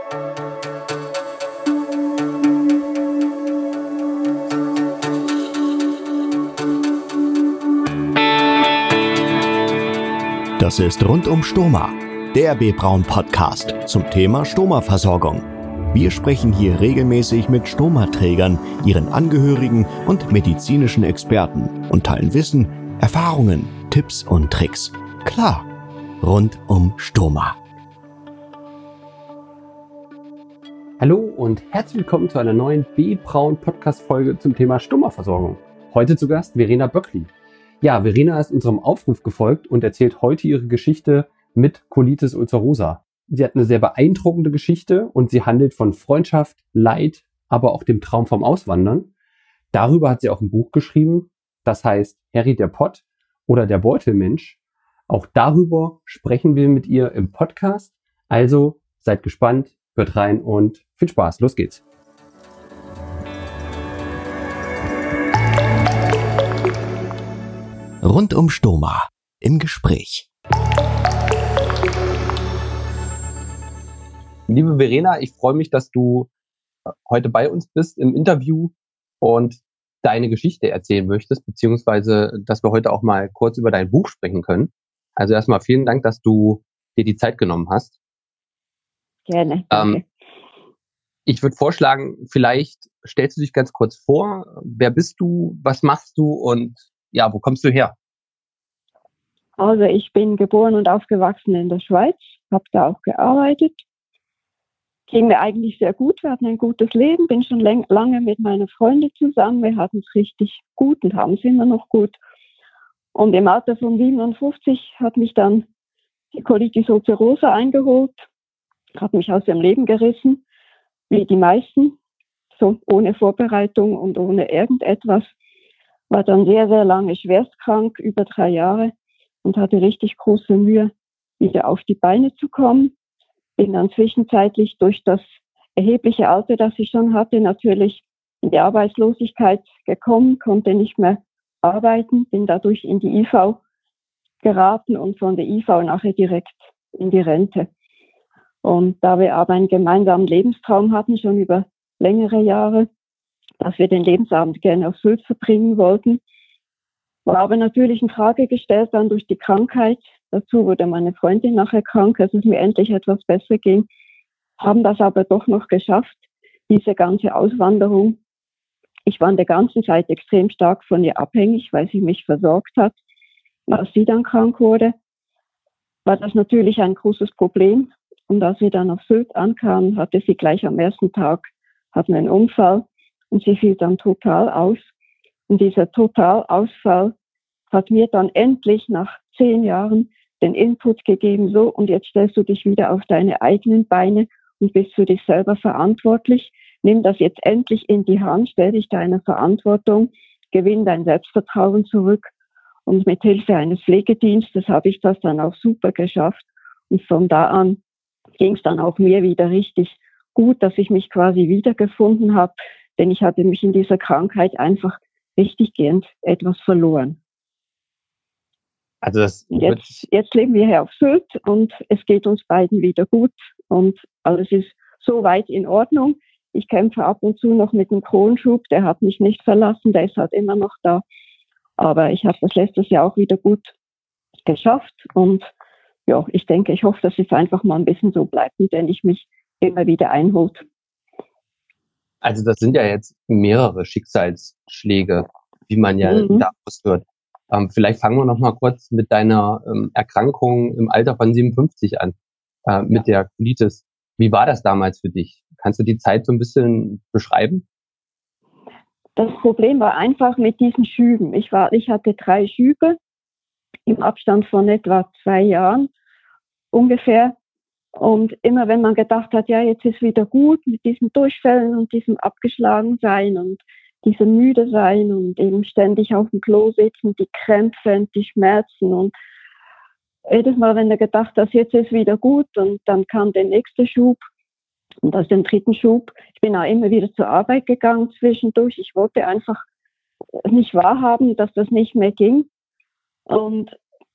Das ist Rund um Stoma, der B-Braun Podcast zum Thema Stoma-Versorgung. Wir sprechen hier regelmäßig mit Stoma-Trägern, ihren Angehörigen und medizinischen Experten und teilen Wissen, Erfahrungen, Tipps und Tricks. Klar, rund um Stoma. Hallo und herzlich willkommen zu einer neuen B-Braun Podcast-Folge zum Thema Stoma-Versorgung. Heute zu Gast Verena Böckli. Ja, Verena ist unserem Aufruf gefolgt und erzählt heute ihre Geschichte mit Colitis ulcerosa. Sie hat eine sehr beeindruckende Geschichte und sie handelt von Freundschaft, Leid, aber auch dem Traum vom Auswandern. Darüber hat sie auch ein Buch geschrieben, das heißt Harry der Pott oder der Beutelmensch. Auch darüber sprechen wir mit ihr im Podcast. Also seid gespannt, hört rein und viel Spaß. Los geht's. Rund um Stoma im Gespräch. Liebe Verena, ich freue mich, dass du heute bei uns bist im Interview und deine Geschichte erzählen möchtest, beziehungsweise, dass wir heute auch mal kurz über dein Buch sprechen können. Also erstmal vielen Dank, dass du dir die Zeit genommen hast. Gerne. Danke. Ich würde vorschlagen, vielleicht stellst du dich ganz kurz vor. Wer bist du? Was machst du? Und ja, wo kommst du her? Also ich bin geboren und aufgewachsen in der Schweiz, habe da auch gearbeitet. Ging mir eigentlich sehr gut, wir hatten ein gutes Leben, bin schon lange mit meiner Freundin zusammen, wir hatten es richtig gut und haben es immer noch gut. Und im Alter von 57 hat mich dann die Colitis ulcerosa eingeholt, hat mich aus dem Leben gerissen, wie die meisten, so ohne Vorbereitung und ohne irgendetwas. War dann sehr, sehr lange schwerstkrank, über 3 Jahre und hatte richtig große Mühe, wieder auf die Beine zu kommen. Bin dann zwischenzeitlich durch das erhebliche Alter, das ich schon hatte, natürlich in die Arbeitslosigkeit gekommen, konnte nicht mehr arbeiten, bin dadurch in die IV geraten und von der IV nachher direkt in die Rente. Und da wir aber einen gemeinsamen Lebenstraum hatten, schon über längere Jahre, dass wir den Lebensabend gerne auf Sylt verbringen wollten, war aber natürlich in Frage gestellt dann durch die Krankheit. Dazu wurde meine Freundin nachher krank, als es mir endlich etwas besser ging. Haben das aber doch noch geschafft, diese ganze Auswanderung. Ich war in der ganzen Zeit extrem stark von ihr abhängig, weil sie mich versorgt hat. Als sie dann krank wurde, war das natürlich ein großes Problem. Und als wir dann auf Sylt ankamen, hatte sie gleich am ersten Tag einen Unfall und sie fiel dann total aus. Und dieser Totalausfall hat mir dann endlich nach 10 Jahren den Input gegeben, so, und jetzt stellst du dich wieder auf deine eigenen Beine und bist für dich selber verantwortlich. Nimm das jetzt endlich in die Hand, stell dich deiner Verantwortung, gewinn dein Selbstvertrauen zurück. Und mit Hilfe eines Pflegedienstes habe ich das dann auch super geschafft. Und von da an ging es dann auch mir wieder richtig gut, dass ich mich quasi wiedergefunden habe, denn ich hatte mich in dieser Krankheit einfach richtiggehend etwas verloren. Also jetzt leben wir hier auf Sylt und es geht uns beiden wieder gut und alles ist soweit in Ordnung. Ich kämpfe ab und zu noch mit dem Kronschub, der hat mich nicht verlassen, der ist halt immer noch da. Aber ich habe das letztes Jahr auch wieder gut geschafft und ja, ich denke, ich hoffe, dass es einfach mal ein bisschen so bleibt, denn ich mich immer wieder einholt. Also das sind ja jetzt mehrere Schicksalsschläge, wie man ja da hört. Vielleicht fangen wir noch mal kurz mit deiner Erkrankung im Alter von 57 an, mit der Colitis. Wie war das damals für dich? Kannst du die Zeit so ein bisschen beschreiben? Das Problem war einfach mit diesen Schüben. Ich hatte 3 Schübe im Abstand von etwa 2 Jahren ungefähr. Und immer wenn man gedacht hat, ja, jetzt ist wieder gut mit diesen Durchfällen und diesem Abgeschlagensein und diesem müde sein und eben ständig auf dem Klo sitzen, die Krämpfe und die Schmerzen und jedes Mal, wenn er gedacht hat, jetzt ist wieder gut und dann kam der nächste Schub und aus dem 3. Schub, ich bin auch immer wieder zur Arbeit gegangen zwischendurch. Ich wollte einfach nicht wahrhaben, dass das nicht mehr ging. Und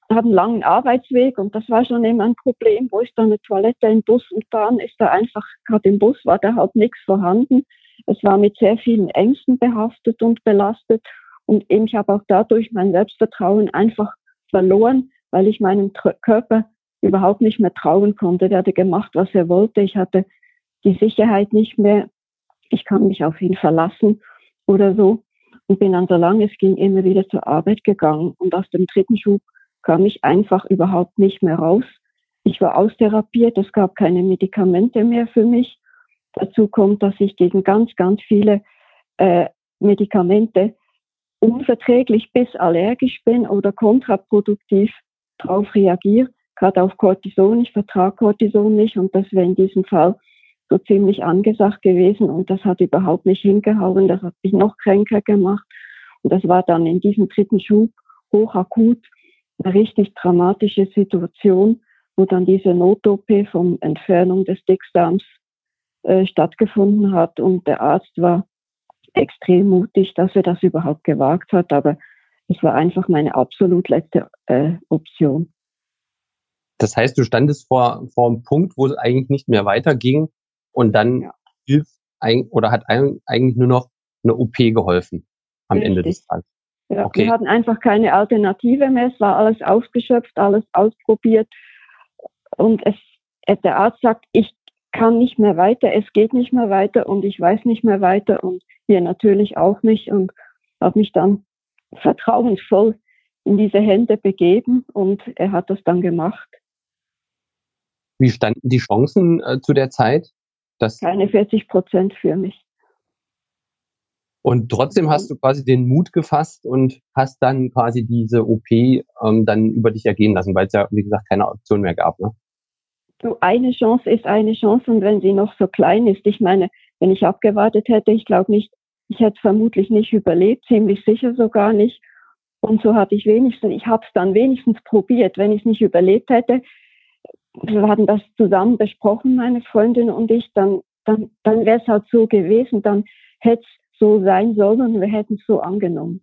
einen langen Arbeitsweg und das war schon immer ein Problem. Wo ist da eine Toilette im Bus und Bahn? Ist da einfach, gerade im Bus war da halt nichts vorhanden. Es war mit sehr vielen Ängsten behaftet und belastet und eben ich habe auch dadurch mein Selbstvertrauen einfach verloren, weil ich meinem Körper überhaupt nicht mehr trauen konnte. Der hatte gemacht, was er wollte. Ich hatte die Sicherheit nicht mehr. Ich kann mich auf ihn verlassen oder so und bin dann, solange es ging, immer wieder zur Arbeit gegangen und aus dem dritten Schub kam ich einfach überhaupt nicht mehr raus. Ich war austherapiert, es gab keine Medikamente mehr für mich. Dazu kommt, dass ich gegen ganz, ganz viele Medikamente unverträglich bis allergisch bin oder kontraproduktiv darauf reagiere, gerade auf Cortison. Ich vertrage Cortison nicht und das wäre in diesem Fall so ziemlich angesagt gewesen und das hat überhaupt nicht hingehauen. Das hat mich noch kränker gemacht und das war dann in diesem dritten Schub hochakut eine richtig dramatische Situation, wo dann diese Not-OP von Entfernung des Dickdarms stattgefunden hat und der Arzt war extrem mutig, dass er das überhaupt gewagt hat, aber es war einfach meine absolut letzte Option. Das heißt, du standest vor einem Punkt, wo es eigentlich nicht mehr weiterging und dann hat eigentlich nur noch eine OP geholfen am Ende des Tages. Ja, okay. Wir hatten einfach keine Alternative mehr, es war alles ausgeschöpft, alles ausprobiert und der Arzt sagt, ich kann nicht mehr weiter, es geht nicht mehr weiter und ich weiß nicht mehr weiter und wir natürlich auch nicht und habe mich dann vertrauensvoll in diese Hände begeben und er hat das dann gemacht. Wie standen die Chancen zu der Zeit? Keine 40% für mich. Und trotzdem hast du quasi den Mut gefasst und hast dann quasi diese OP dann über dich ergehen lassen, weil es ja, wie gesagt, keine Option mehr gab, ne? So, eine Chance ist eine Chance und wenn sie noch so klein ist, ich meine, wenn ich abgewartet hätte, ich glaube nicht, ich hätte vermutlich nicht überlebt, ziemlich sicher sogar nicht. Und so habe ich habe es dann wenigstens probiert. Wenn ich es nicht überlebt hätte, wir hatten das zusammen besprochen, meine Freundin und ich, dann wäre es halt so gewesen, dann hätte es so sein sollen und wir hätten es so angenommen.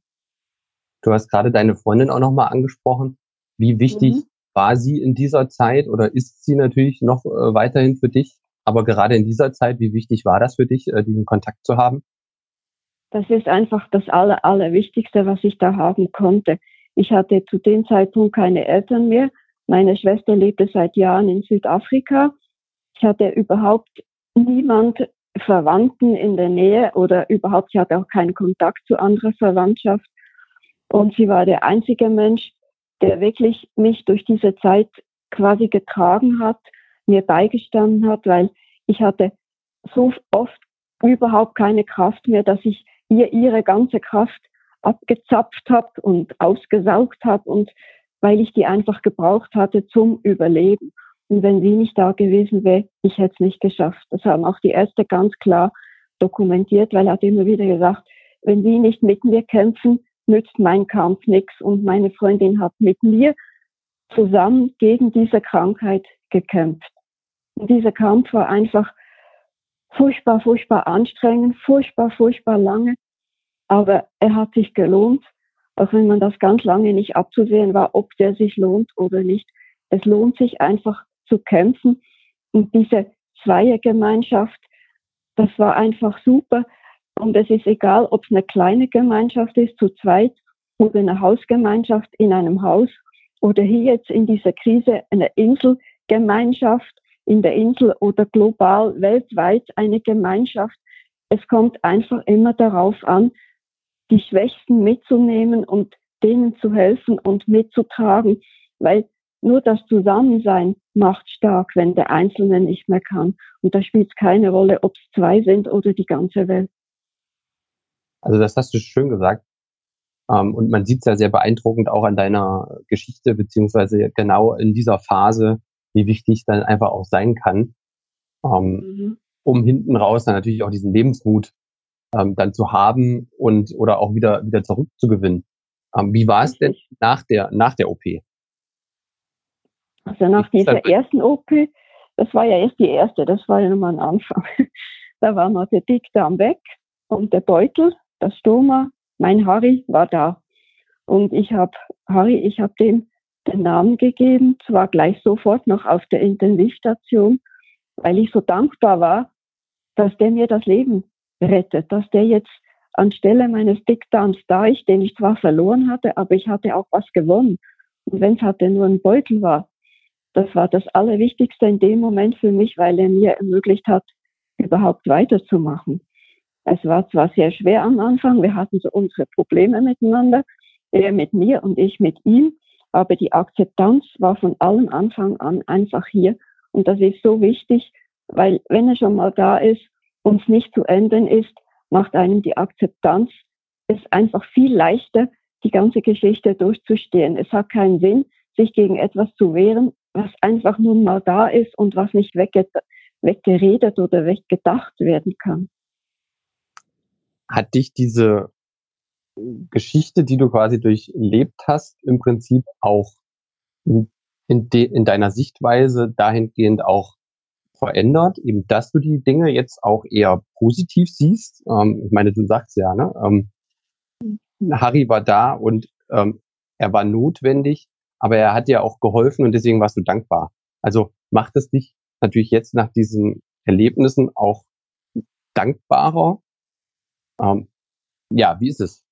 Du hast gerade deine Freundin auch nochmal angesprochen. Wie wichtig war sie in dieser Zeit oder ist sie natürlich noch weiterhin für dich? Aber gerade in dieser Zeit, wie wichtig war das für dich, diesen Kontakt zu haben? Das ist einfach das Allerwichtigste, was ich da haben konnte. Ich hatte zu dem Zeitpunkt keine Eltern mehr. Meine Schwester lebte seit Jahren in Südafrika. Ich hatte überhaupt niemand Verwandten in der Nähe oder überhaupt, ich hatte auch keinen Kontakt zu anderer Verwandtschaft. Und sie war der einzige Mensch, der wirklich mich durch diese Zeit quasi getragen hat, mir beigestanden hat, weil ich hatte so oft überhaupt keine Kraft mehr, dass ich ihre ganze Kraft abgezapft habe und ausgesaugt habe und weil ich die einfach gebraucht hatte zum Überleben. Und wenn sie nicht da gewesen wäre, ich hätte es nicht geschafft. Das haben auch die Ärzte ganz klar dokumentiert, weil er hat immer wieder gesagt, wenn sie nicht mit mir kämpfen, nützt mein Kampf nichts. Und meine Freundin hat mit mir zusammen gegen diese Krankheit gekämpft. Und dieser Kampf war einfach furchtbar, furchtbar anstrengend, furchtbar, furchtbar lange. Aber er hat sich gelohnt, auch wenn man das ganz lange nicht abzusehen war, ob der sich lohnt oder nicht. Es lohnt sich einfach zu kämpfen. Und diese Zweiergemeinschaft, das war einfach super. Und es ist egal, ob es eine kleine Gemeinschaft ist, zu zweit, oder eine Hausgemeinschaft in einem Haus, oder hier jetzt in dieser Krise eine Inselgemeinschaft in der Insel oder global, weltweit eine Gemeinschaft. Es kommt einfach immer darauf an, die Schwächsten mitzunehmen und denen zu helfen und mitzutragen, weil nur das Zusammensein macht stark, wenn der Einzelne nicht mehr kann. Und da spielt es keine Rolle, ob es zwei sind oder die ganze Welt. Also das hast du schön gesagt. Und man sieht es ja sehr beeindruckend auch an deiner Geschichte, beziehungsweise genau in dieser Phase, wie wichtig es dann einfach auch sein kann, um hinten raus dann natürlich auch diesen Lebensmut dann zu haben und oder auch wieder zurückzugewinnen. Wie war es denn nach der OP? Also nach dieser ersten OP, das war ja erst die erste, das war ja nochmal ein Anfang. Da war noch der Dickdarm weg und der Beutel, das Stoma, mein Harry war da. Und ich habe dem den Namen gegeben, zwar gleich sofort noch auf der Intensivstation, weil ich so dankbar war, dass der mir das Leben rettet, dass der jetzt anstelle meines Dickdarms da ist, den ich zwar verloren hatte, aber ich hatte auch was gewonnen. Und wenn es halt nur ein Beutel war, das war das Allerwichtigste in dem Moment für mich, weil er mir ermöglicht hat, überhaupt weiterzumachen. Es war zwar sehr schwer am Anfang, wir hatten so unsere Probleme miteinander, er mit mir und ich mit ihm, aber die Akzeptanz war von allem Anfang an einfach hier. Und das ist so wichtig, weil wenn er schon mal da ist und es nicht zu ändern ist, macht einem die Akzeptanz es einfach viel leichter, die ganze Geschichte durchzustehen. Es hat keinen Sinn, sich gegen etwas zu wehren, was einfach nur mal da ist und was nicht weggeredet oder weggedacht werden kann. Hat dich diese Geschichte, die du quasi durchlebt hast, im Prinzip auch in deiner Sichtweise dahingehend auch verändert, eben dass du die Dinge jetzt auch eher positiv siehst? Ich meine, du sagst ja, ne? Harry war da und er war notwendig, aber er hat dir auch geholfen und deswegen warst du dankbar. Also macht es dich natürlich jetzt nach diesen Erlebnissen auch dankbarer? Ja, wie ist es?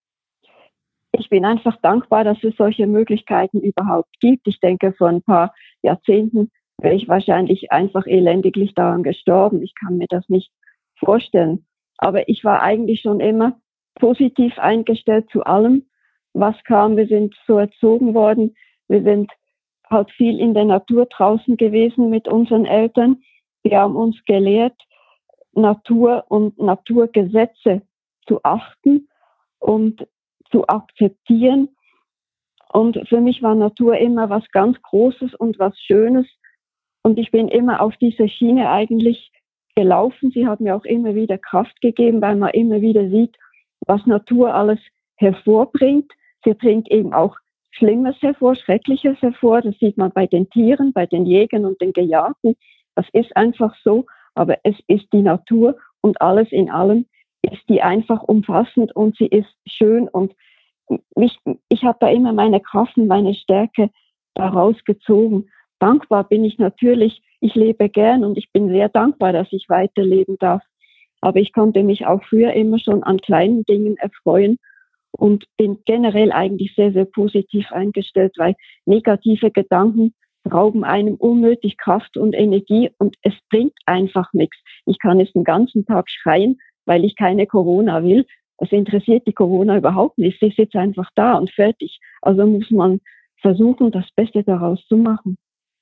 Ich bin einfach dankbar, dass es solche Möglichkeiten überhaupt gibt. Ich denke, vor ein paar Jahrzehnten wäre ich wahrscheinlich einfach elendiglich daran gestorben. Ich kann mir das nicht vorstellen. Aber ich war eigentlich schon immer positiv eingestellt zu allem, was kam. Wir sind so erzogen worden. Wir sind halt viel in der Natur draußen gewesen mit unseren Eltern. Wir haben uns gelehrt, Natur und Naturgesetze zu achten und zu akzeptieren. Und für mich war Natur immer was ganz Großes und was Schönes. Und ich bin immer auf diese Schiene eigentlich gelaufen. Sie hat mir auch immer wieder Kraft gegeben, weil man immer wieder sieht, was Natur alles hervorbringt. Sie bringt eben auch Schlimmes hervor, Schreckliches hervor. Das sieht man bei den Tieren, bei den Jägern und den Gejagten. Das ist einfach so. Aber es ist die Natur und alles in allem ist die einfach umfassend und sie ist schön. Und ich habe da immer meine Kraft und meine Stärke daraus gezogen. Dankbar bin ich natürlich. Ich lebe gern und ich bin sehr dankbar, dass ich weiterleben darf. Aber ich konnte mich auch früher immer schon an kleinen Dingen erfreuen und bin generell eigentlich sehr, sehr positiv eingestellt, weil negative Gedanken rauben einem unnötig Kraft und Energie und es bringt einfach nichts. Ich kann jetzt den ganzen Tag schreien, weil ich keine Corona will. Das interessiert die Corona überhaupt nicht. Sie sitzt einfach da und fertig. Also muss man versuchen, das Beste daraus zu machen.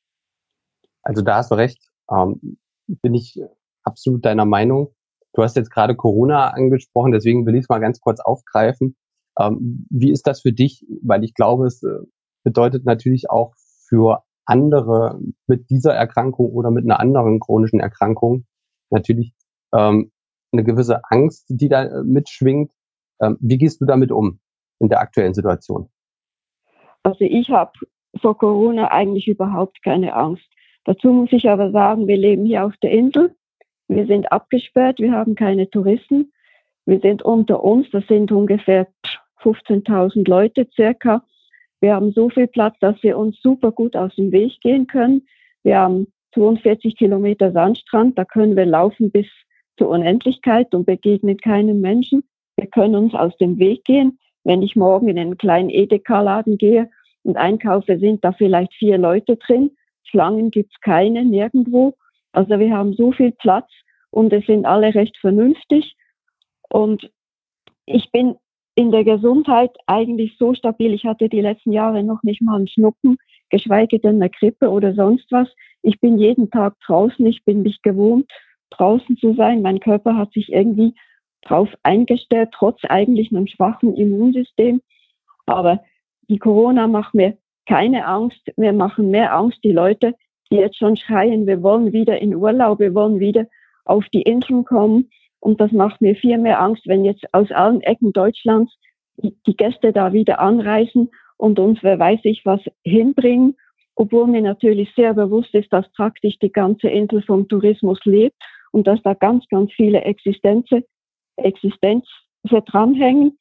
Also da hast du recht. Bin ich absolut deiner Meinung. Du hast jetzt gerade Corona angesprochen, deswegen will ich es mal ganz kurz aufgreifen. Wie ist das für dich? Weil ich glaube, es bedeutet natürlich auch für andere mit dieser Erkrankung oder mit einer anderen chronischen Erkrankung natürlich eine gewisse Angst, die da mitschwingt. Wie gehst du damit um in der aktuellen Situation? Also ich habe vor Corona eigentlich überhaupt keine Angst. Dazu muss ich aber sagen, wir leben hier auf der Insel. Wir sind abgesperrt, wir haben keine Touristen. Wir sind unter uns, das sind ungefähr 15.000 Leute circa. Wir haben so viel Platz, dass wir uns super gut aus dem Weg gehen können. Wir haben 42 Kilometer Sandstrand, da können wir laufen bis zur Unendlichkeit und begegnen keinem Menschen. Wir können uns aus dem Weg gehen. Wenn ich morgen in einen kleinen Edeka-Laden gehe und einkaufe, sind da vielleicht 4 Leute drin. Schlangen gibt's keine, nirgendwo. Also wir haben so viel Platz und es sind alle recht vernünftig. Und ich bin in der Gesundheit eigentlich so stabil. Ich hatte die letzten Jahre noch nicht mal einen Schnupfen, geschweige denn eine Grippe oder sonst was. Ich bin jeden Tag draußen. Ich bin mich gewohnt, draußen zu sein. Mein Körper hat sich irgendwie drauf eingestellt, trotz eigentlich einem schwachen Immunsystem. Aber die Corona macht mir keine Angst. Mir machen mehr Angst die Leute, die jetzt schon schreien, wir wollen wieder in Urlaub, wir wollen wieder auf die Inseln kommen. Und das macht mir viel mehr Angst, wenn jetzt aus allen Ecken Deutschlands die Gäste da wieder anreisen und uns, wer weiß ich, was hinbringen. Obwohl mir natürlich sehr bewusst ist, dass praktisch die ganze Insel vom Tourismus lebt und dass da ganz, ganz viele Existenzen dranhängen.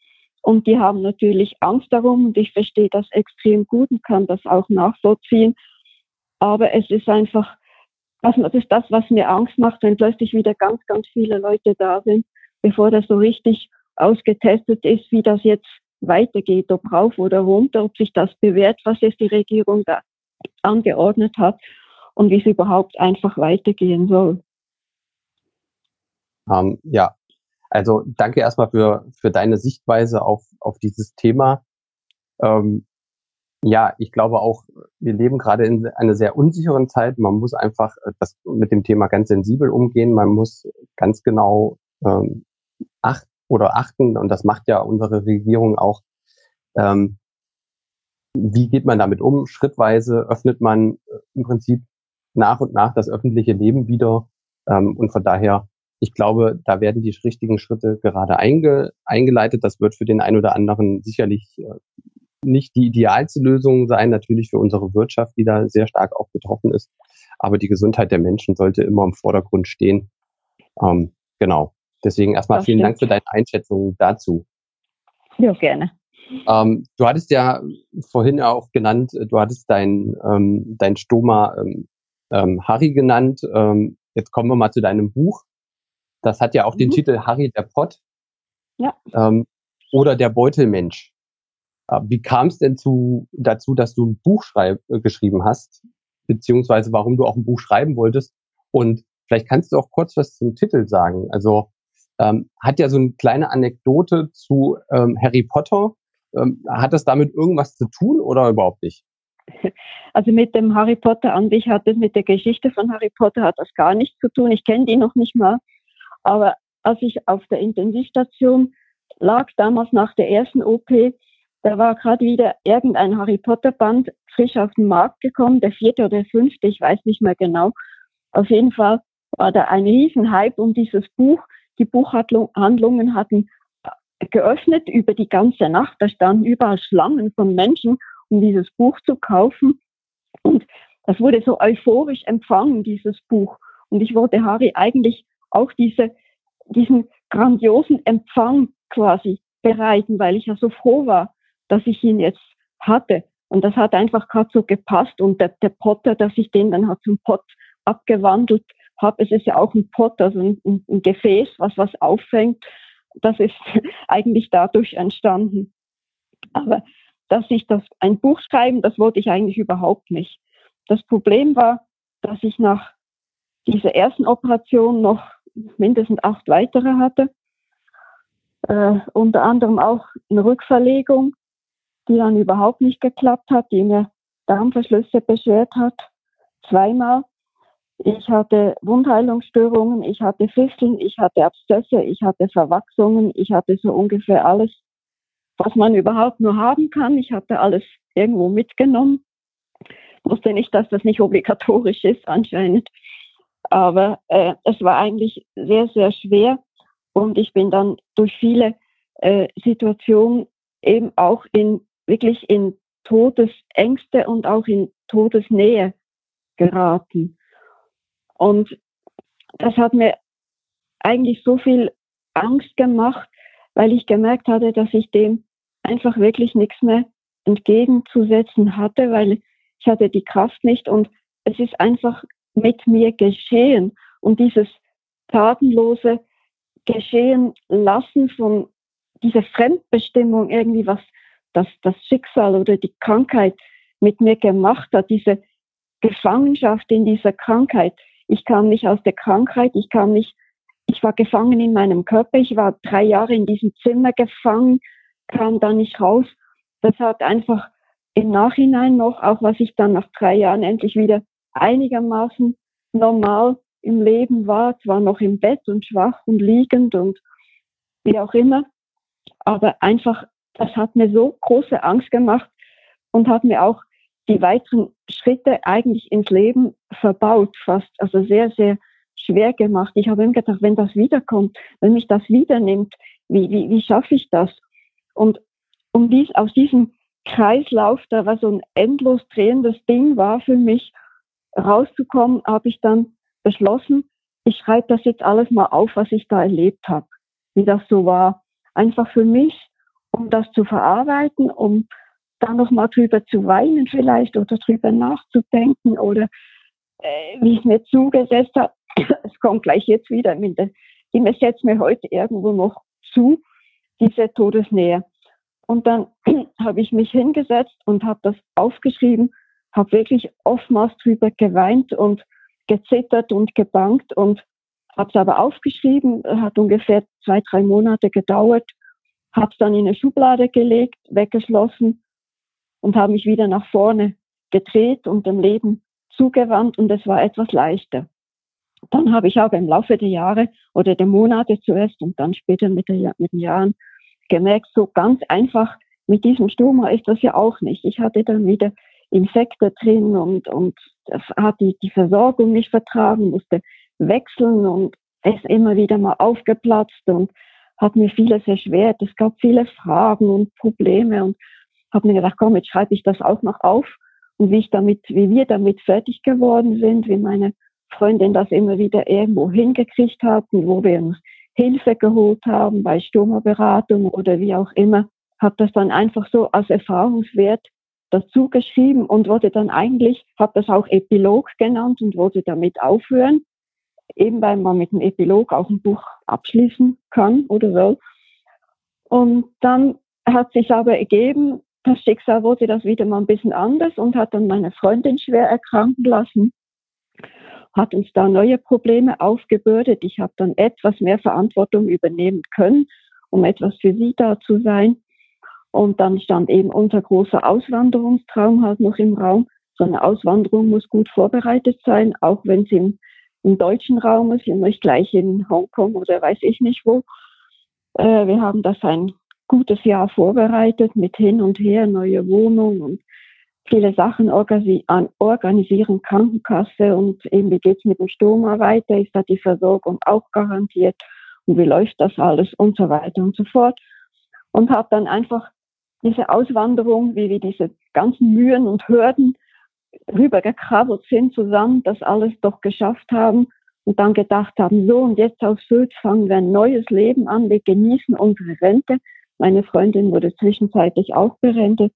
Und die haben natürlich Angst darum und ich verstehe das extrem gut und kann das auch nachvollziehen. Aber es ist einfach, das ist das, was mir Angst macht, wenn plötzlich wieder ganz, ganz viele Leute da sind, bevor das so richtig ausgetestet ist, wie das jetzt weitergeht, ob rauf oder runter, ob sich das bewährt, was jetzt die Regierung da angeordnet hat und wie es überhaupt einfach weitergehen soll. Ja, also danke erstmal für deine Sichtweise auf dieses Thema. Ja, ich glaube auch, wir leben gerade in einer sehr unsicheren Zeit. Man muss einfach das mit dem Thema ganz sensibel umgehen. Man muss ganz genau achten, und das macht ja unsere Regierung auch. Wie geht man damit um? Schrittweise öffnet man im Prinzip nach und nach das öffentliche Leben wieder. Und von daher, ich glaube, da werden die richtigen Schritte gerade eingeleitet. Das wird für den einen oder anderen sicherlich nicht die idealste Lösung sein, natürlich für unsere Wirtschaft, die da sehr stark auch betroffen ist. Aber die Gesundheit der Menschen sollte immer im Vordergrund stehen. Genau. Deswegen erstmal vielen Dank für deine Einschätzung dazu. Ja, gerne. Du hattest ja vorhin auch genannt, du hattest dein Stoma Harry genannt. Jetzt kommen wir mal zu deinem Buch. Das hat ja auch den Titel Harry der Pott. Ja. Oder der Beutelmensch. Wie kam es denn dazu, dass du ein Buch geschrieben hast, beziehungsweise warum du auch ein Buch schreiben wolltest? Und vielleicht kannst du auch kurz was zum Titel sagen. Also hat ja so eine kleine Anekdote zu Harry Potter. Hat das damit irgendwas zu tun oder überhaupt nicht? Also mit dem Harry Potter an sich hat es, mit der Geschichte von Harry Potter hat das gar nichts zu tun. Ich kenne die noch nicht mal. Aber als ich auf der Intensivstation lag, damals nach der ersten OP, da war gerade wieder irgendein Harry Potter Band frisch auf den Markt gekommen, der 4. oder 5., ich weiß nicht mehr genau. Auf jeden Fall war da ein Riesenhype um dieses Buch. Die Buchhandlungen hatten geöffnet über die ganze Nacht. Da standen überall Schlangen von Menschen, um dieses Buch zu kaufen. Und das wurde so euphorisch empfangen, dieses Buch. Und ich wollte Harry eigentlich auch diesen grandiosen Empfang quasi bereiten, weil ich ja so froh war, dass ich ihn jetzt hatte. Und das hat einfach gerade so gepasst. Und der Potter, dass ich den dann halt zum Pott abgewandelt habe, es ist ja auch ein Pott, also ein Gefäß, was auffängt. Das ist eigentlich dadurch entstanden. Aber dass ich ein Buch schreiben, das wollte ich eigentlich überhaupt nicht. Das Problem war, dass ich nach dieser ersten Operation noch mindestens 8 weitere hatte. Unter anderem auch eine Rückverlegung, die dann überhaupt nicht geklappt hat, die mir Darmverschlüsse beschwert hat, 2-mal. Ich hatte Wundheilungsstörungen, ich hatte Fisteln, ich hatte Abszesse, ich hatte Verwachsungen, ich hatte so ungefähr alles, was man überhaupt nur haben kann. Ich hatte alles irgendwo mitgenommen. Ich wusste nicht, dass das nicht obligatorisch ist anscheinend. Aber es war eigentlich sehr, sehr schwer. Und ich bin dann durch viele Situationen eben auch wirklich in Todesängste und auch in Todesnähe geraten. Und das hat mir eigentlich so viel Angst gemacht, weil ich gemerkt hatte, dass ich dem einfach wirklich nichts mehr entgegenzusetzen hatte, weil ich hatte die Kraft nicht und es ist einfach mit mir geschehen. Und dieses tatenlose Geschehen lassen von dieser Fremdbestimmung irgendwie, was das Schicksal oder die Krankheit mit mir gemacht hat, diese Gefangenschaft in dieser Krankheit. Ich kam nicht aus der Krankheit, ich war gefangen in meinem Körper, ich war 3 Jahre in diesem Zimmer gefangen, kam da nicht raus. Das hat einfach im Nachhinein noch, auch was ich dann nach 3 Jahren endlich wieder einigermaßen normal im Leben war, zwar noch im Bett und schwach und liegend und wie auch immer, aber einfach, das hat mir so große Angst gemacht und hat mir auch die weiteren Schritte eigentlich ins Leben verbaut, fast, also sehr, sehr schwer gemacht. Ich habe immer gedacht, wenn das wiederkommt, wenn mich das wieder nimmt, wie schaffe ich das? Und aus diesem Kreislauf, da war so ein endlos drehendes Ding war für mich, rauszukommen, habe ich dann beschlossen, ich schreibe das jetzt alles mal auf, was ich da erlebt habe, wie das so war. Einfach für mich, um das zu verarbeiten, um dann nochmal drüber zu weinen vielleicht oder drüber nachzudenken oder wie es mir zugesetzt hat. Es kommt gleich jetzt wieder, es setzt mir heute irgendwo noch zu, diese Todesnähe. Und dann habe ich mich hingesetzt und habe das aufgeschrieben, habe wirklich oftmals drüber geweint und gezittert und gebangt und habe es aber aufgeschrieben, hat ungefähr 2-3 Monate gedauert, habe es dann in eine Schublade gelegt, weggeschlossen und habe mich wieder nach vorne gedreht und dem Leben zugewandt und es war etwas leichter. Dann habe ich aber im Laufe der Jahre oder der Monate zuerst und dann später mit den Jahren gemerkt, so ganz einfach mit diesem Stoma ist das ja auch nicht. Ich hatte dann wieder Infekte drin und das hat die Versorgung nicht vertragen, musste wechseln und es ist immer wieder mal aufgeplatzt und hat mir vieles erschwert. Es gab viele Fragen und Probleme und habe mir gedacht, komm, jetzt schreibe ich das auch noch auf und wie wir damit fertig geworden sind, wie meine Freundin das immer wieder irgendwo hingekriegt hat und wo wir uns Hilfe geholt haben bei Stoma-Beratung oder wie auch immer, habe das dann einfach so als Erfahrungswert dazu geschrieben und wollte dann eigentlich, habe das auch Epilog genannt und wollte damit aufhören, eben weil man mit dem Epilog auch ein Buch abschließen kann oder so. Und dann hat sich aber ergeben, das Schicksal wollte das wieder mal ein bisschen anders und hat dann meine Freundin schwer erkranken lassen, hat uns da neue Probleme aufgebürdet. Ich habe dann etwas mehr Verantwortung übernehmen können, um etwas für sie da zu sein. Und dann stand eben unser großer Auswanderungstraum halt noch im Raum. So eine Auswanderung muss gut vorbereitet sein, auch wenn sie im deutschen Raum ist, nicht gleich in Hongkong oder weiß ich nicht wo. Wir haben das ein gutes Jahr vorbereitet mit hin und her, neue Wohnung und viele Sachen organisieren, Krankenkasse und eben wie geht's mit dem Stoma weiter, ist da die Versorgung auch garantiert und wie läuft das alles und so weiter und so fort. Und habe dann einfach diese Auswanderung, wie wir diese ganzen Mühen und Hürden rübergekrabbelt sind zusammen, das alles doch geschafft haben und dann gedacht haben, so und jetzt auf Sylt fangen wir ein neues Leben an, wir genießen unsere Rente. Meine Freundin wurde zwischenzeitlich auch berentet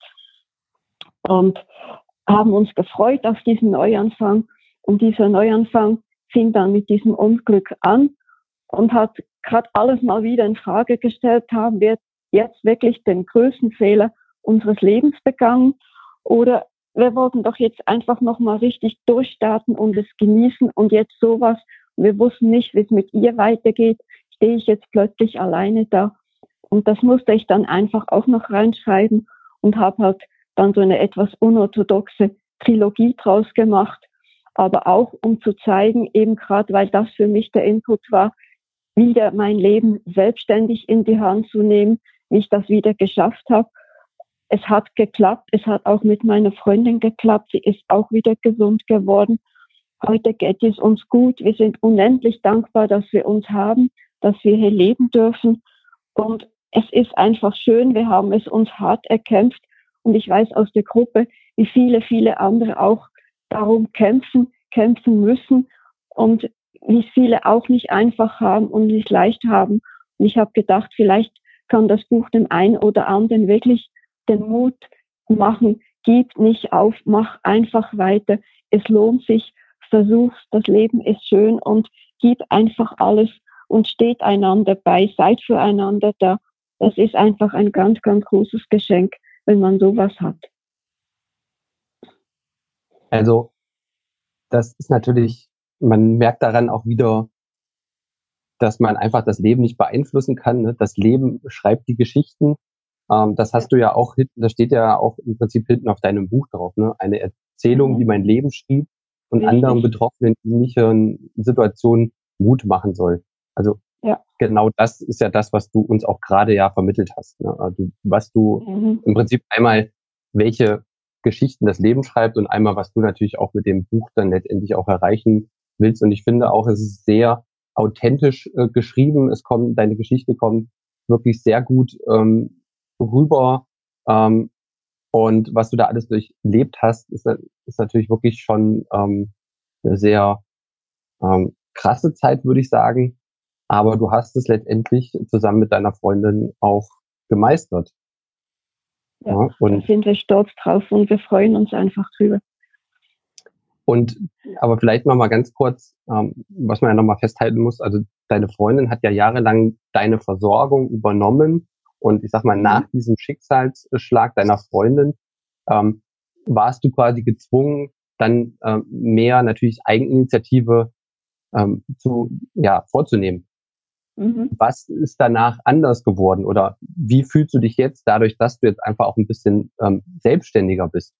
und haben uns gefreut auf diesen Neuanfang. Und dieser Neuanfang fing dann mit diesem Unglück an und hat gerade alles mal wieder in Frage gestellt, haben wir jetzt wirklich den größten Fehler unseres Lebens begangen oder wir wollten doch jetzt einfach nochmal richtig durchstarten und es genießen und jetzt sowas. Wir wussten nicht, wie es mit ihr weitergeht. Stehe ich jetzt plötzlich alleine da? Und das musste ich dann einfach auch noch reinschreiben und habe halt dann so eine etwas unorthodoxe Trilogie draus gemacht. Aber auch, um zu zeigen, eben gerade, weil das für mich der Input war, wieder mein Leben selbstständig in die Hand zu nehmen, wie ich das wieder geschafft habe. Es hat geklappt, es hat auch mit meiner Freundin geklappt, sie ist auch wieder gesund geworden. Heute geht es uns gut, wir sind unendlich dankbar, dass wir uns haben, dass wir hier leben dürfen und es ist einfach schön, wir haben es uns hart erkämpft und ich weiß aus der Gruppe, wie viele andere auch darum kämpfen müssen und wie es viele auch nicht einfach haben und nicht leicht haben. Und ich habe gedacht, vielleicht kann das Buch dem einen oder anderen wirklich den Mut machen, gib nicht auf, mach einfach weiter, es lohnt sich, versuch's, das Leben ist schön und gib einfach alles und steht einander bei, seid füreinander da. Das ist einfach ein ganz, ganz großes Geschenk, wenn man sowas hat. Also, das ist natürlich, man merkt daran auch wieder, dass man einfach das Leben nicht beeinflussen kann. Ne? Das Leben schreibt die Geschichten. Das hast du ja auch hinten, das steht ja auch im Prinzip hinten auf deinem Buch drauf. Ne? Eine Erzählung, die mein Leben schrieb und anderen Betroffenen in ähnlichen Situationen Mut machen soll. Also genau das ist ja das, was du uns auch gerade ja vermittelt hast. Ne? Also, was du im Prinzip einmal, welche Geschichten das Leben schreibt und einmal, was du natürlich auch mit dem Buch dann letztendlich auch erreichen willst. Und ich finde auch, es ist sehr authentisch geschrieben. Deine Geschichte kommt wirklich sehr gut rüber. Und was du da alles durchlebt hast, ist natürlich wirklich schon eine sehr krasse Zeit, würde ich sagen. Aber du hast es letztendlich zusammen mit deiner Freundin auch gemeistert. Ja, ja, und da sind wir stolz drauf und wir freuen uns einfach drüber. Aber vielleicht nochmal ganz kurz, was man ja nochmal festhalten muss, also deine Freundin hat ja jahrelang deine Versorgung übernommen und ich sag mal, nach diesem Schicksalsschlag deiner Freundin warst du quasi gezwungen, dann mehr natürlich Eigeninitiative vorzunehmen. Was ist danach anders geworden oder wie fühlst du dich jetzt dadurch, dass du jetzt einfach auch ein bisschen selbstständiger bist?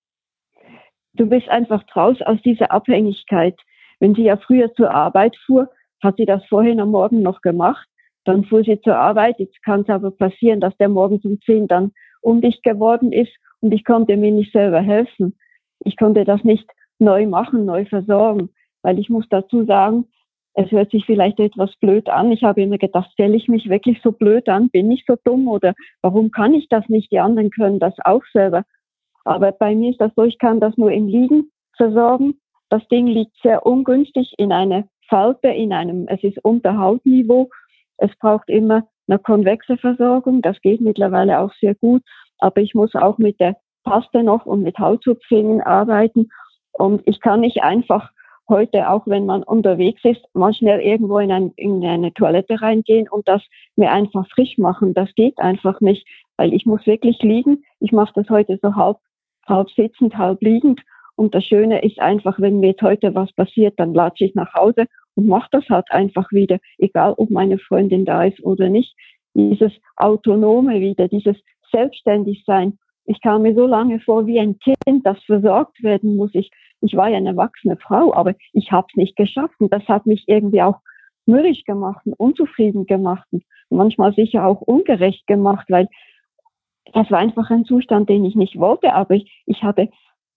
Du bist einfach raus aus dieser Abhängigkeit. Wenn sie ja früher zur Arbeit fuhr, hat sie das vorhin am Morgen noch gemacht. Dann fuhr sie zur Arbeit. Jetzt kann es aber passieren, dass der morgens um 10 dann undicht geworden ist und ich konnte mir nicht selber helfen. Ich konnte das nicht neu machen, neu versorgen, weil ich muss dazu sagen, es hört sich vielleicht etwas blöd an. Ich habe immer gedacht, stelle ich mich wirklich so blöd an? Bin ich so dumm oder warum kann ich das nicht? Die anderen können das auch selber. Aber bei mir ist das so, ich kann das nur im Liegen versorgen. Das Ding liegt sehr ungünstig in einer Falte, es ist unter Hautniveau. Es braucht immer eine konvexe Versorgung. Das geht mittlerweile auch sehr gut. Aber ich muss auch mit der Paste noch und mit Hautzupfingen arbeiten. Und ich kann nicht einfach heute, auch wenn man unterwegs ist, mal schnell irgendwo in eine Toilette reingehen und das mir einfach frisch machen. Das geht einfach nicht, weil ich muss wirklich liegen. Ich mache das heute so halb sitzend, halb liegend. Und das Schöne ist einfach, wenn mir jetzt heute was passiert, dann latsche ich nach Hause und mache das halt einfach wieder, egal ob meine Freundin da ist oder nicht. Dieses Autonome wieder, dieses Selbstständigsein. Ich kam mir so lange vor wie ein Kind, das versorgt werden muss. Ich war ja eine erwachsene Frau, aber ich habe es nicht geschafft. Und das hat mich irgendwie auch mürrisch gemacht und unzufrieden gemacht und manchmal sicher auch ungerecht gemacht, weil das war einfach ein Zustand, den ich nicht wollte. Aber ich hatte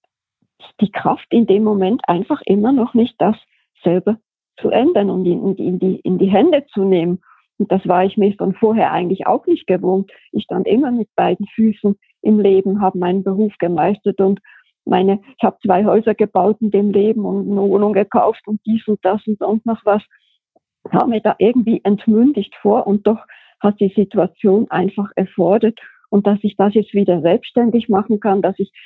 die Kraft in dem Moment einfach immer noch nicht, das selber zu ändern und in die Hände zu nehmen. Und das war ich mir von vorher eigentlich auch nicht gewohnt. Ich stand immer mit beiden Füßen im Leben, habe meinen Beruf gemeistert und ich habe 2 Häuser gebaut in dem Leben und eine Wohnung gekauft und dies und das und sonst noch was. Ich habe mir da irgendwie entmündigt vor und doch hat die Situation einfach erfordert und dass ich das jetzt wieder selbstständig machen kann, dass ich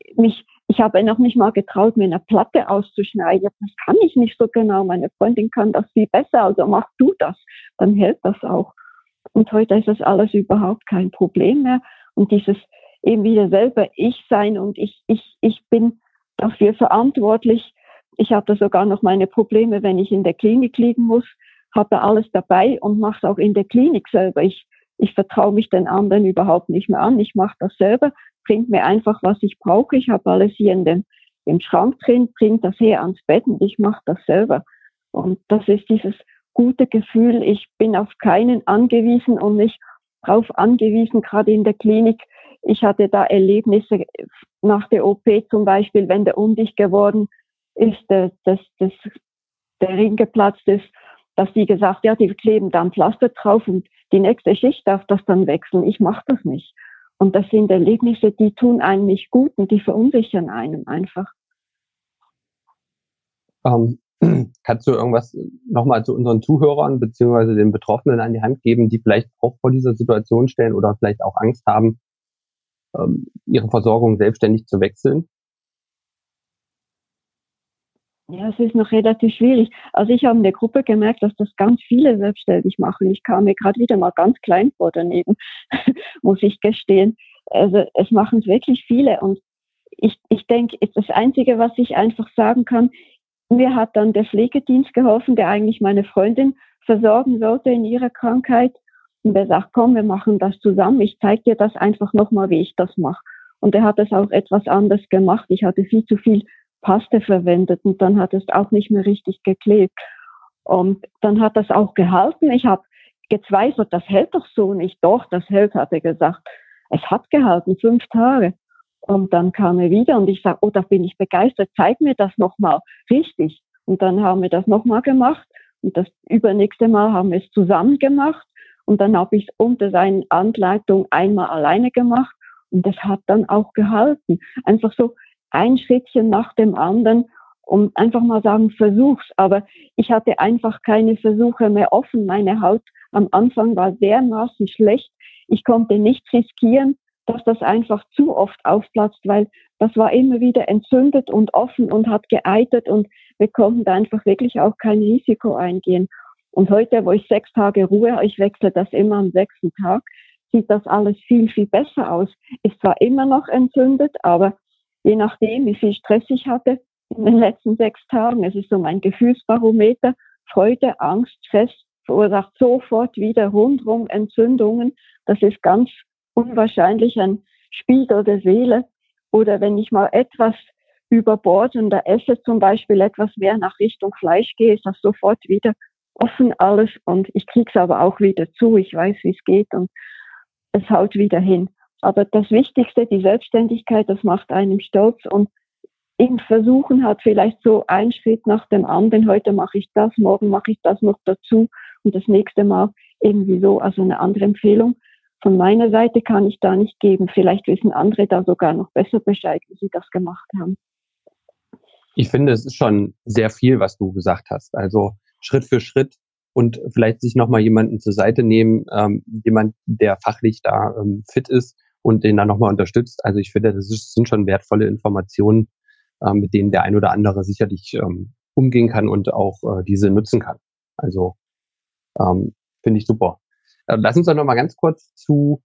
habe noch nicht mal getraut, mir eine Platte auszuschneiden. Das kann ich nicht so genau. Meine Freundin kann das viel besser, also mach du das. Dann hält das auch. Und heute ist das alles überhaupt kein Problem mehr. Und dieses eben wieder selber ich sein und ich bin dafür verantwortlich. Ich habe da sogar noch meine Probleme, wenn ich in der Klinik liegen muss, habe da alles dabei und mache es auch in der Klinik selber. Ich vertraue mich den anderen überhaupt nicht mehr an. Ich mache das selber, bringt mir einfach, was ich brauche. Ich habe alles hier im Schrank drin, bringt das her ans Bett und ich mache das selber. Und das ist dieses gute Gefühl, ich bin auf keinen angewiesen und nicht drauf angewiesen, gerade in der Klinik. Ich hatte da Erlebnisse nach der OP zum Beispiel, wenn der undicht geworden ist, der Ring geplatzt ist, dass die gesagt, ja, die kleben da ein Pflaster drauf und die nächste Schicht darf das dann wechseln. Ich mache das nicht. Und das sind Erlebnisse, die tun einem nicht gut und die verunsichern einem einfach. Kannst du irgendwas nochmal zu unseren Zuhörern beziehungsweise den Betroffenen an die Hand geben, die vielleicht auch vor dieser Situation stehen oder vielleicht auch Angst haben, ihre Versorgung selbstständig zu wechseln? Ja, es ist noch relativ schwierig. Also ich habe in der Gruppe gemerkt, dass das ganz viele selbstständig machen. Ich kam mir gerade wieder mal ganz klein vor daneben, muss ich gestehen. Also es machen wirklich viele. Und ich denke, das Einzige, was ich einfach sagen kann, mir hat dann der Pflegedienst geholfen, der eigentlich meine Freundin versorgen sollte in ihrer Krankheit. Und der sagt, komm, wir machen das zusammen. Ich zeige dir das einfach nochmal, wie ich das mache. Und er hat es auch etwas anders gemacht. Ich hatte viel zu viel Paste verwendet und dann hat es auch nicht mehr richtig geklebt. Und dann hat das auch gehalten. Ich habe gezweifelt, das hält doch so nicht. Doch, das hält, hat er gesagt. Es hat gehalten, 5 Tage. Und dann kam er wieder und ich sage, oh, da bin ich begeistert, zeig mir das nochmal richtig. Und dann haben wir das nochmal gemacht und das übernächste Mal haben wir es zusammen gemacht und dann habe ich es unter seinen Anleitung einmal alleine gemacht und das hat dann auch gehalten. Einfach so ein Schrittchen nach dem anderen und einfach mal sagen, versuch's. Aber ich hatte einfach keine Versuche mehr offen. Meine Haut am Anfang war dermaßen schlecht. Ich konnte nichts riskieren. dass das einfach zu oft aufplatzt, weil das war immer wieder entzündet und offen und hat geeitert und wir konnten da einfach wirklich auch kein Risiko eingehen. Und heute, wo ich 6 Tage Ruhe, ich wechsle das immer am 6. Tag, sieht das alles viel, viel besser aus. Ist zwar immer noch entzündet, aber je nachdem, wie viel Stress ich hatte in den letzten 6 Tagen, es ist so mein Gefühlsbarometer, Freude, Angst, Stress verursacht sofort wieder rundrum Entzündungen. Das ist ganz unwahrscheinlich ein Spiegel der Seele. Oder wenn ich mal etwas überbordender esse, zum Beispiel etwas mehr nach Richtung Fleisch gehe, ist das sofort wieder offen alles und ich kriege es aber auch wieder zu. Ich weiß, wie es geht und es haut wieder hin. Aber das Wichtigste, die Selbstständigkeit, das macht einem stolz und im Versuchen hat vielleicht so ein Schritt nach dem anderen. Heute mache ich das, morgen mache ich das noch dazu und das nächste Mal irgendwie so. Also eine andere Empfehlung von meiner Seite kann ich da nicht geben. Vielleicht wissen andere da sogar noch besser Bescheid, wie sie das gemacht haben. Ich finde, es ist schon sehr viel, was du gesagt hast. Also Schritt für Schritt und vielleicht sich nochmal jemanden zur Seite nehmen, jemand, der fachlich da fit ist und den dann nochmal unterstützt. Also ich finde, sind schon wertvolle Informationen, mit denen der ein oder andere sicherlich umgehen kann und auch diese nutzen kann. Also finde ich super. Lass uns doch nochmal ganz kurz zu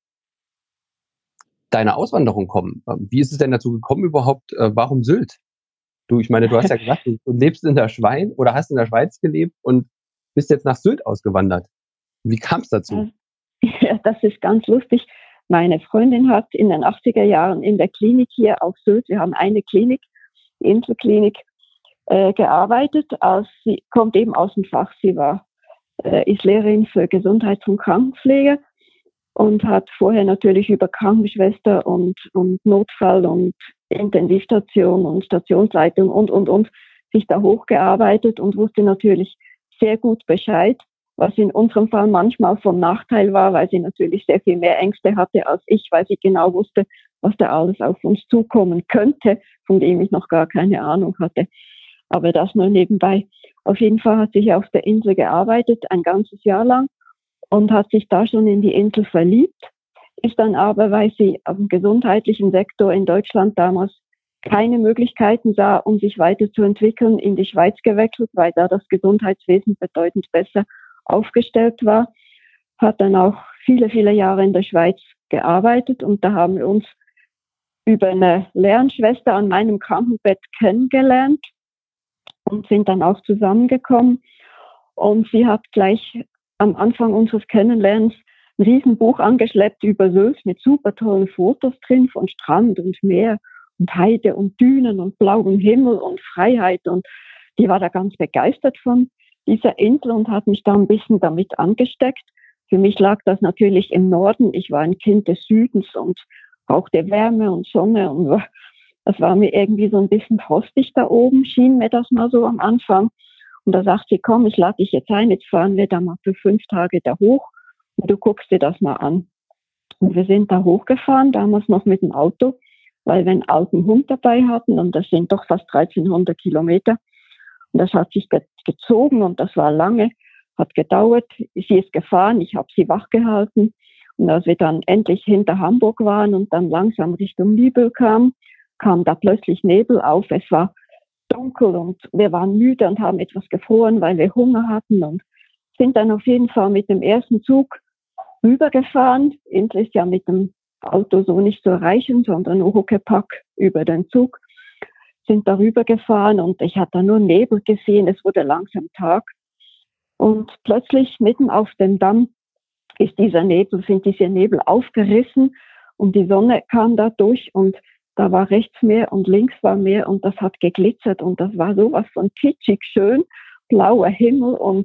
deiner Auswanderung kommen. Wie ist es denn dazu gekommen überhaupt? Warum Sylt? Ich meine, du hast ja gesagt, du lebst in der Schweiz oder hast in der Schweiz gelebt und bist jetzt nach Sylt ausgewandert. Wie kam es dazu? Ja, das ist ganz lustig. Meine Freundin hat in den 80er Jahren in der Klinik hier auf Sylt, wir haben eine Klinik, die Inselklinik, gearbeitet. Sie kommt eben aus dem Fach. Sie ist Lehrerin für Gesundheits- und Krankenpflege und hat vorher natürlich über Krankenschwester und Notfall und Intensivstation und Stationsleitung und sich da hochgearbeitet und wusste natürlich sehr gut Bescheid, was in unserem Fall manchmal vom Nachteil war, weil sie natürlich sehr viel mehr Ängste hatte als ich, weil sie genau wusste, was da alles auf uns zukommen könnte, von dem ich noch gar keine Ahnung hatte. Aber das nur nebenbei. Auf jeden Fall hat sie hier auf der Insel gearbeitet, ein ganzes Jahr lang und hat sich da schon in die Insel verliebt, ist dann aber, weil sie auf dem gesundheitlichen Sektor in Deutschland damals keine Möglichkeiten sah, um sich weiterzuentwickeln, in die Schweiz gewechselt, weil da das Gesundheitswesen bedeutend besser aufgestellt war, hat dann auch viele, viele Jahre in der Schweiz gearbeitet und da haben wir uns über eine Lernschwester an meinem Krankenbett kennengelernt und sind dann auch zusammengekommen und sie hat gleich am Anfang unseres Kennenlernens ein Riesenbuch angeschleppt über Sylt mit super tollen Fotos drin von Strand und Meer und Heide und Dünen und blauem Himmel und Freiheit und die war da ganz begeistert von dieser Insel und hat mich da ein bisschen damit angesteckt. Für mich lag das natürlich im Norden. Ich war ein Kind des Südens und brauchte Wärme und Sonne und das war mir irgendwie so ein bisschen frostig da oben, schien mir das mal so am Anfang. Und da sagt sie, komm, ich lade dich jetzt ein, jetzt fahren wir da mal für 5 Tage da hoch und du guckst dir das mal an. Und wir sind da hochgefahren, damals noch mit dem Auto, weil wir einen alten Hund dabei hatten und das sind doch fast 1300 Kilometer. Und das hat sich gezogen und das war lange, hat gedauert. Sie ist gefahren, ich habe sie wach gehalten. Und als wir dann endlich hinter Hamburg waren und dann langsam Richtung Nibel kam da plötzlich Nebel auf. Es war dunkel und wir waren müde und haben etwas gefroren, weil wir Hunger hatten und sind dann auf jeden Fall mit dem ersten Zug rübergefahren. Insel ist ja mit dem Auto so nicht zu erreichen, sondern nur Huckepack über den Zug. Sind darüber gefahren und ich hatte nur Nebel gesehen, es wurde langsam Tag. Und plötzlich mitten auf dem Damm sind diese Nebel aufgerissen und die Sonne kam da durch und da war rechts Meer und links war Meer und das hat geglitzert und das war sowas von kitschig schön, blauer Himmel und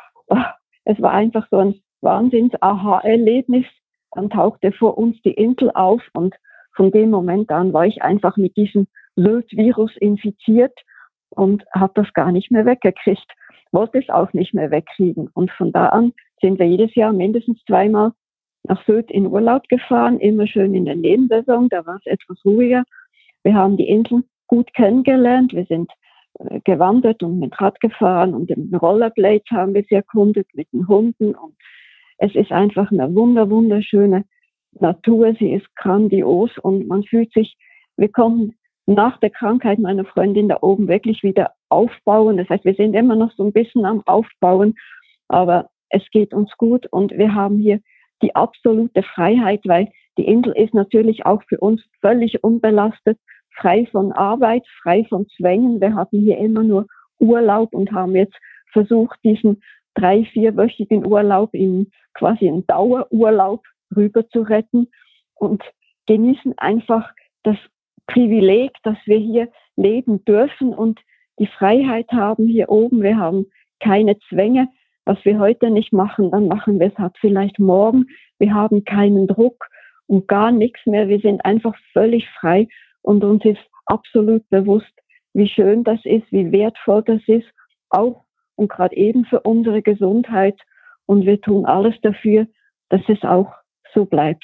es war einfach so ein Wahnsinns-Aha-Erlebnis. Dann tauchte vor uns die Insel auf und von dem Moment an war ich einfach mit diesem Sylt-Virus infiziert und habe das gar nicht mehr weggekriegt, wollte es auch nicht mehr wegkriegen. Und von da an sind wir jedes Jahr mindestens 2-mal nach Sylt in Urlaub gefahren, immer schön in der Nebensaison, da war es etwas ruhiger. Wir haben die Inseln gut kennengelernt, wir sind gewandert und mit Rad gefahren und mit Rollerblades haben wir sie erkundet, mit den Hunden und es ist einfach eine wunderschöne Natur, sie ist grandios und man fühlt sich, wir konnten nach der Krankheit meiner Freundin da oben wirklich wieder aufbauen. Das heißt, wir sind immer noch so ein bisschen am Aufbauen, aber es geht uns gut und wir haben hier die absolute Freiheit, weil die Insel ist natürlich auch für uns völlig unbelastet, frei von Arbeit, frei von Zwängen. Wir hatten hier immer nur Urlaub und haben jetzt versucht, diesen 3-4-wöchigen Urlaub in quasi einen Dauerurlaub rüber zu retten und genießen einfach das Privileg, dass wir hier leben dürfen und die Freiheit haben hier oben. Wir haben keine Zwänge. Was wir heute nicht machen, dann machen wir es halt vielleicht morgen. Wir haben keinen Druck und gar nichts mehr. Wir sind einfach völlig frei und uns ist absolut bewusst, wie schön das ist, wie wertvoll das ist, auch und gerade eben für unsere Gesundheit. Und wir tun alles dafür, dass es auch so bleibt.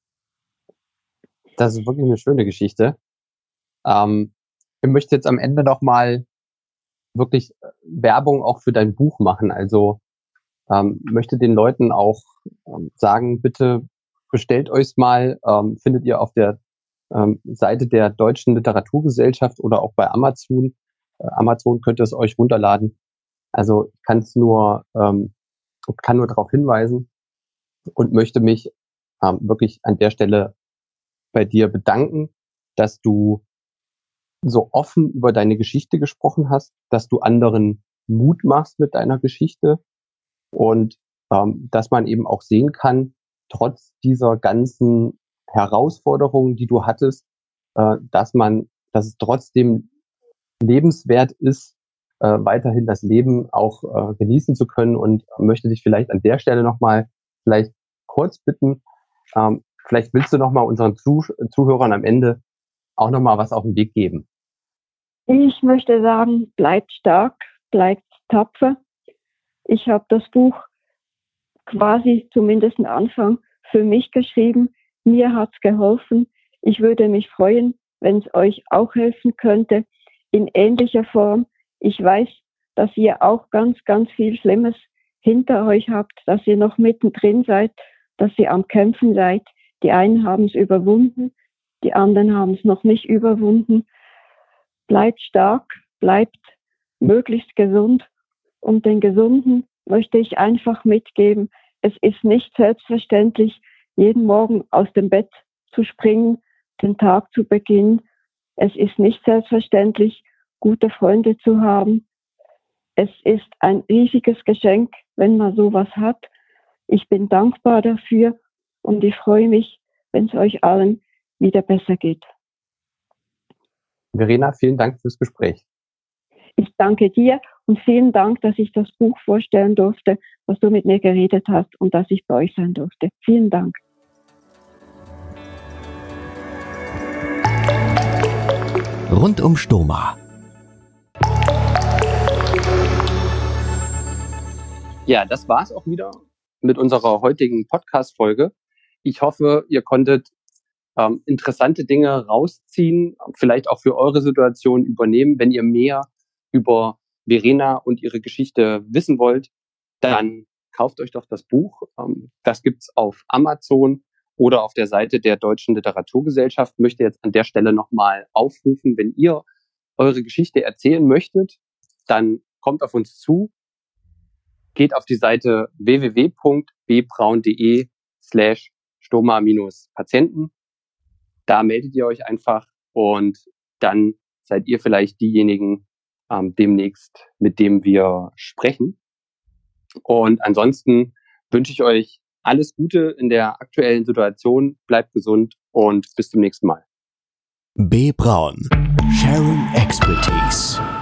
Das ist wirklich eine schöne Geschichte. Ich möchte jetzt am Ende noch mal wirklich Werbung auch für dein Buch machen. Also möchte den Leuten auch sagen, bitte bestellt euch mal, findet ihr auf der Seite der Deutschen Literaturgesellschaft oder auch bei Amazon. Amazon könnt ihr es euch runterladen. Also ich kann nur darauf hinweisen und möchte mich wirklich an der Stelle bei dir bedanken, dass du so offen über deine Geschichte gesprochen hast, dass du anderen Mut machst mit deiner Geschichte und dass man eben auch sehen kann, trotz dieser ganzen Herausforderungen, die du hattest, dass es trotzdem lebenswert ist, weiterhin das Leben auch genießen zu können und möchte dich vielleicht an der Stelle nochmal vielleicht kurz bitten, vielleicht willst du nochmal unseren Zuhörern am Ende auch nochmal was auf den Weg geben. Ich möchte sagen, bleibt stark, bleibt tapfer. Ich habe das Buch quasi zumindest am Anfang für mich geschrieben. Mir hat es geholfen. Ich würde mich freuen, wenn es euch auch helfen könnte, in ähnlicher Form. Ich weiß, dass ihr auch ganz, ganz viel Schlimmes hinter euch habt, dass ihr noch mittendrin seid, dass ihr am Kämpfen seid. Die einen haben es überwunden, die anderen haben es noch nicht überwunden. Bleibt stark, bleibt möglichst gesund. Und den Gesunden möchte ich einfach mitgeben, es ist nicht selbstverständlich, jeden Morgen aus dem Bett zu springen, den Tag zu beginnen. Es ist nicht selbstverständlich, gute Freunde zu haben. Es ist ein riesiges Geschenk, wenn man sowas hat. Ich bin dankbar dafür und ich freue mich, wenn es euch allen wieder besser geht. Verena, vielen Dank fürs Gespräch. Ich danke dir und vielen Dank, dass ich das Buch vorstellen durfte, was du mit mir geredet hast und dass ich bei euch sein durfte. Vielen Dank. Rund um Stoma. Ja, das war's auch wieder mit unserer heutigen Podcast-Folge. Ich hoffe, ihr konntet interessante Dinge rausziehen, vielleicht auch für eure Situation übernehmen. Wenn ihr mehr über Verena und ihre Geschichte wissen wollt, dann kauft euch doch das Buch. Das gibt's auf Amazon oder auf der Seite der Deutschen Literaturgesellschaft. Ich möchte jetzt an der Stelle nochmal aufrufen, wenn ihr eure Geschichte erzählen möchtet, dann kommt auf uns zu, geht auf die Seite www.bbraun.de/stoma-patienten. Da meldet ihr euch einfach und dann seid ihr vielleicht diejenigen demnächst, mit dem wir sprechen. Und ansonsten wünsche ich euch alles Gute in der aktuellen Situation. Bleibt gesund und bis zum nächsten Mal. B. Braun. Sharing Expertise.